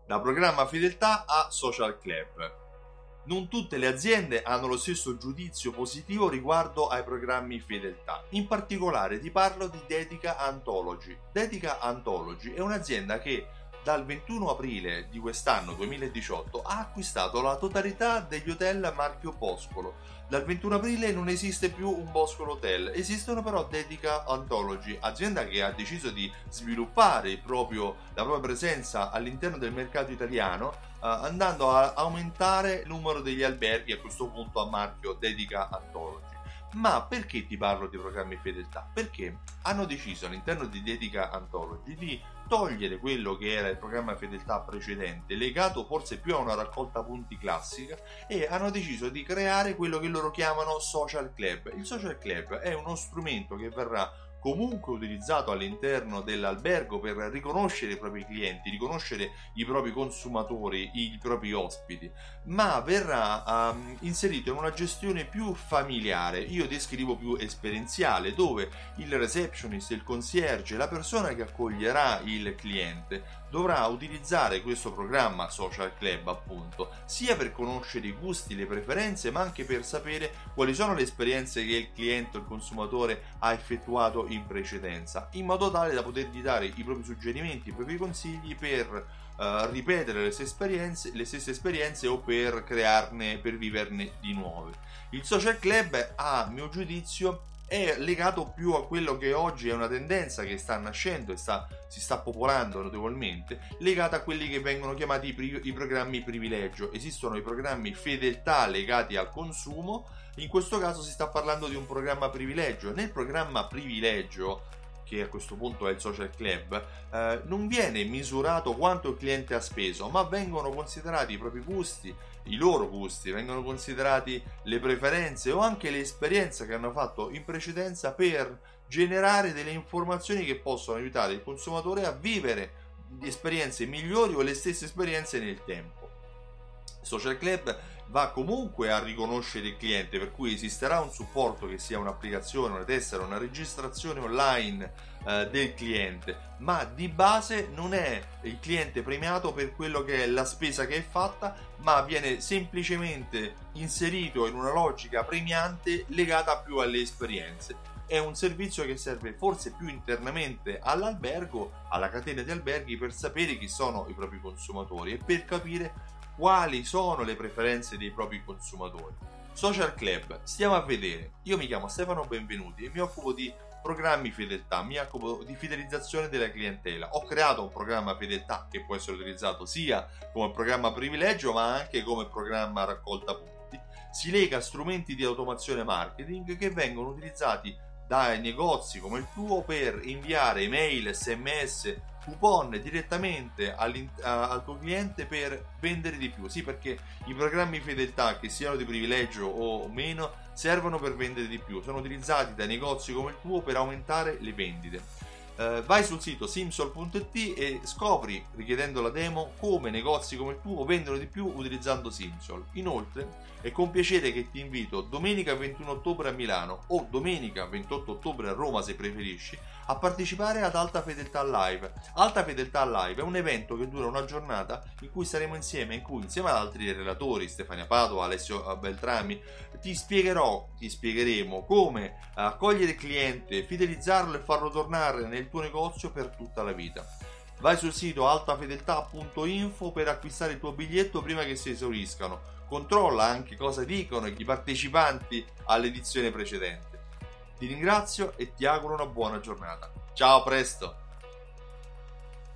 da programma fedeltà a social club. Non tutte le aziende hanno lo stesso giudizio positivo riguardo ai programmi fedeltà. In particolare ti parlo di Dedica Anthology. Dedica Anthology è un'azienda che dal 21 aprile di quest'anno 2018 ha acquistato la totalità degli hotel marchio Boscolo. Dal 21 aprile non esiste più un Boscolo Hotel, esistono però Dedica Anthology, azienda che ha deciso di sviluppare la propria presenza all'interno del mercato italiano, andando a aumentare il numero degli alberghi a questo punto a marchio Dedica Anthology. Ma perché ti parlo di programmi fedeltà? Perché hanno deciso all'interno di Dedica Anthology di togliere quello che era il programma fedeltà precedente, legato forse più a una raccolta punti classica, e hanno deciso di creare quello che loro chiamano social club. Il social club è uno strumento che verrà comunque utilizzato all'interno dell'albergo per riconoscere i propri clienti, riconoscere i propri consumatori, i propri ospiti, ma verrà inserito in una gestione più familiare, io descrivo più esperienziale, dove il receptionist, il concierge, la persona che accoglierà il cliente dovrà utilizzare questo programma social club, appunto, sia per conoscere i gusti, le preferenze, ma anche per sapere quali sono le esperienze che il cliente o il consumatore ha effettuato in precedenza, in modo tale da potergli dare i propri suggerimenti, i propri consigli per ripetere le stesse esperienze o per viverne di nuove. Il social club, a mio giudizio, è legato più a quello che oggi è una tendenza che sta nascendo e si sta popolando notevolmente, legata a quelli che vengono chiamati i programmi privilegio. Esistono i programmi fedeltà legati al consumo, in questo caso si sta parlando di un programma privilegio. Nel programma privilegio, che a questo punto è il social club, non viene misurato quanto il cliente ha speso, ma vengono considerati i propri gusti, i loro gusti, vengono considerati le preferenze o anche le esperienze che hanno fatto in precedenza, per generare delle informazioni che possono aiutare il consumatore a vivere esperienze migliori o le stesse esperienze nel tempo. Social club va comunque a riconoscere il cliente, per cui esisterà un supporto che sia un'applicazione, una tessera, una registrazione online del cliente, ma di base non è il cliente premiato per quello che è la spesa che è fatta, ma viene semplicemente inserito in una logica premiante legata più alle esperienze. È un servizio che serve forse più internamente all'albergo, alla catena di alberghi, per sapere chi sono i propri consumatori e per capire quali sono le preferenze dei propri consumatori. Social club, stiamo a vedere. Io mi chiamo Stefano Benvenuti e mi occupo di programmi fedeltà, mi occupo di fidelizzazione della clientela. Ho creato un programma fedeltà che può essere utilizzato sia come programma privilegio ma anche come programma raccolta punti. Si lega a strumenti di automazione marketing che vengono utilizzati dai negozi come il tuo per inviare email, sms, coupon direttamente al tuo cliente per vendere di più. Sì, perché i programmi fedeltà, che siano di privilegio o meno, servono per vendere di più, sono utilizzati da negozi come il tuo per aumentare le vendite. Vai sul sito simsol.it e scopri, richiedendo la demo, come negozi come il tuo vendono di più utilizzando Simsol. Inoltre è con piacere che ti invito domenica 21 ottobre a Milano o domenica 28 ottobre a Roma, se preferisci, a partecipare ad Alta Fedeltà Live. Alta Fedeltà Live è un evento che dura una giornata in cui saremo insieme, insieme ad altri relatori, Stefania Padova, Alessio Beltrami, ti spiegheremo come accogliere il cliente, fidelizzarlo e farlo tornare nel tuo negozio per tutta la vita. Vai sul sito altafedeltà.info per acquistare il tuo biglietto prima che si esauriscano. Controlla anche cosa dicono i partecipanti all'edizione precedente. Ti ringrazio e ti auguro una buona giornata. Ciao, a presto!